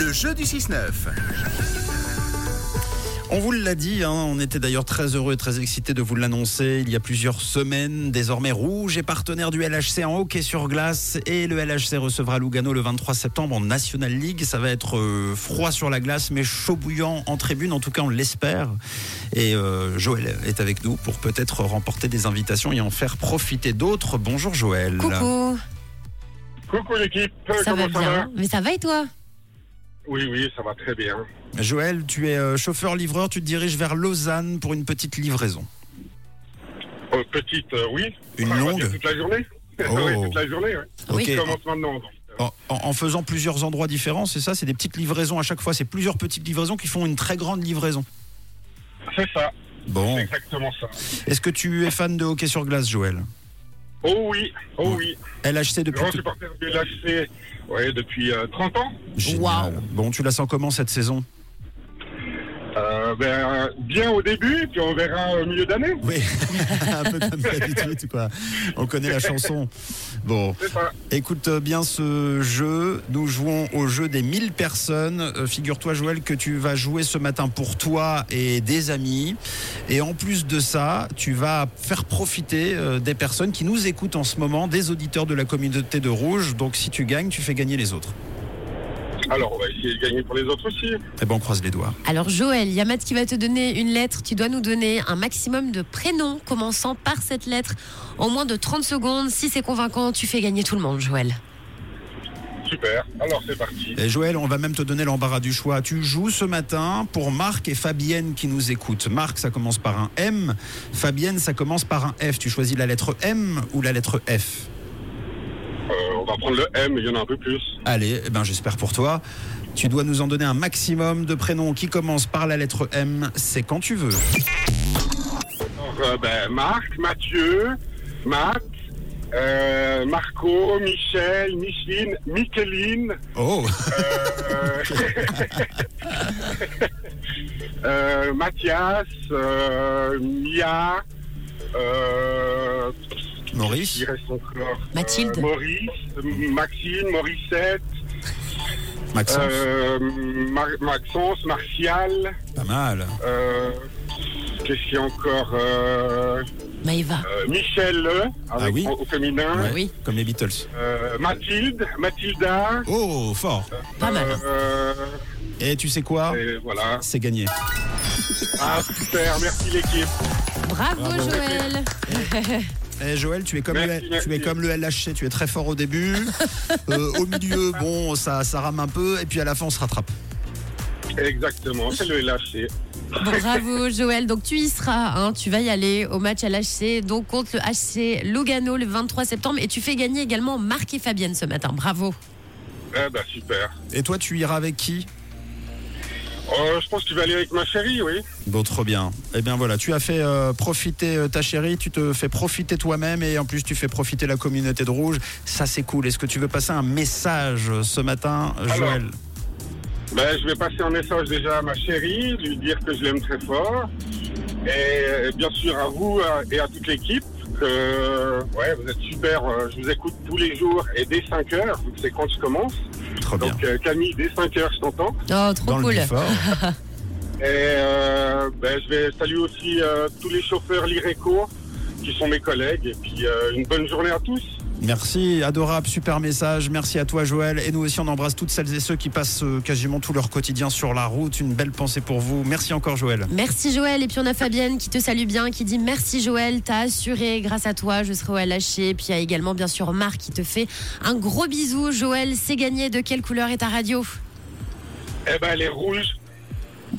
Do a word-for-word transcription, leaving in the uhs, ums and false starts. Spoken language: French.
Le jeu du six neuf. On vous l'a dit, hein, on était d'ailleurs très heureux et très excités de vous l'annoncer il y a plusieurs semaines. Désormais, Rouge est partenaire du L H C en hockey sur glace et le L H C recevra Lugano le vingt-trois septembre en National League. Ça va être euh, froid sur la glace mais chaud bouillant en tribune, en tout cas on l'espère. Et euh, Joël est avec nous pour peut-être remporter des invitations et en faire profiter d'autres. Bonjour Joël. Coucou. Coucou l'équipe, Ça comment va ça bien. va? Mais ça va et toi? Oui, oui, ça va très bien. Joël, tu es euh, chauffeur-livreur, tu te diriges vers Lausanne pour une petite livraison. Euh, petite, euh, oui. Une Enfin, on va longue dire toute la journée. Oh. Oui, toute la journée, oui. Ok. On commence maintenant. Donc. En, en- en faisant plusieurs endroits différents, c'est ça? C'est des petites livraisons à chaque fois, c'est plusieurs petites livraisons qui font une très grande livraison. C'est ça, Bon, c'est exactement ça. est-ce que tu es fan de hockey sur glace, Joël? Oh oui, oh oui. L H C depuis Grand tout... supporter du L H C, ouais, depuis euh, trente ans. Génial. Waouh. Bon, tu la sens comment cette saison? Euh, ben, bien au début, puis on verra au milieu d'année. Oui, un peu comme d'habitude, quoi. On connaît la chanson. Bon, C'est ça. écoute bien ce jeu. Nous jouons au jeu des mille personnes. Euh, figure-toi, Joël, que tu vas jouer ce matin pour toi et des amis. Et en plus de ça, tu vas faire profiter euh, des personnes qui nous écoutent en ce moment, des auditeurs de la communauté de Rouge. Donc, si tu gagnes, tu fais gagner les autres. Alors, on va essayer de gagner pour les autres aussi. Eh ben, on croise les doigts. Alors Joël, il y a Matt qui va te donner une lettre. Tu dois nous donner un maximum de prénoms commençant par cette lettre en moins de trente secondes. Si c'est convaincant, tu fais gagner tout le monde, Joël. Super, alors c'est parti. Et Joël, on va même te donner l'embarras du choix. Tu joues ce matin pour Marc et Fabienne qui nous écoutent. Marc, ça commence par un M. Fabienne, ça commence par un F. Tu choisis la lettre M ou la lettre F? Euh, on va prendre le M, il y en a un peu plus. Allez, eh ben, j'espère pour toi. Tu dois nous en donner un maximum de prénoms qui commencent par la lettre M. C'est quand tu veux. Alors, euh, ben, Marc, Mathieu, Matt, euh, Marco, Michel, Micheline, Micheline, Oh, euh, euh, Mathias, euh, Mia, euh, Maurice. il reste encore. Mathilde. Euh, Maurice, Maxime, Morissette, Maxence. euh, Mar- Maxence, Martial, Pas mal. euh, qu'est-ce qu'il y a encore euh, Maëva. euh, Michel, avec, Ah oui. au, au féminin, Ouais, oui. Comme les Beatles. euh, Mathilde, Mathilda, Oh, fort. Pas mal. hein. euh, Et tu sais quoi? et voilà. C'est gagné. Ah super, merci l'équipe. Bravo, Bravo. Joël. Eh, Joël, tu es comme Merci, le, merci. tu es comme le L H C. Tu es très fort au début. Euh, au milieu, bon, ça, ça rame un peu. Et puis à la fin, on se rattrape. Exactement, c'est le L H C. Bravo, Joël. Donc tu y seras. Hein. Tu vas y aller au match L H C, donc contre le H C Lugano le vingt-trois septembre. Et tu fais gagner également Marc et Fabienne ce matin. Bravo. Eh ben super. Et toi, tu iras avec qui? Euh, je pense que tu vas aller avec ma chérie, oui. Bon, trop bien. Eh bien voilà, tu as fait euh, profiter euh, ta chérie, tu te fais profiter toi-même et en plus tu fais profiter la communauté de Rouge. Ça, c'est cool. Est-ce que tu veux passer un message euh, ce matin, Alors. Joël? Ben, je vais passer un message déjà à ma chérie, lui dire que je l'aime très fort. Et bien sûr à vous euh, et à toute l'équipe. Que, ouais, vous êtes super. euh, Je vous écoute tous les jours et dès cinq heures, vu que c'est quand je commence. Trop bien. Donc euh, Camille, dès cinq heures, je t'entends. Oh, trop Dans le cool. Bifort. Et euh, ben, je vais saluer aussi euh, tous les chauffeurs Lireco qui sont mes collègues. Et puis euh, une bonne journée à tous. Merci, adorable, super message. Merci à toi, Joël. Et nous aussi, on embrasse toutes celles et ceux qui passent euh, quasiment tout leur quotidien sur la route. Une belle pensée pour vous. Merci encore, Joël. Merci Joël. Et puis on a Fabienne qui te salue bien, qui dit merci Joël, t'as assuré, grâce à toi je serai au L H C. Et puis il y a également bien sûr Marc qui te fait un gros bisou. Joël, c'est gagné. De quelle couleur est ta radio? Eh ben, elle est rouge.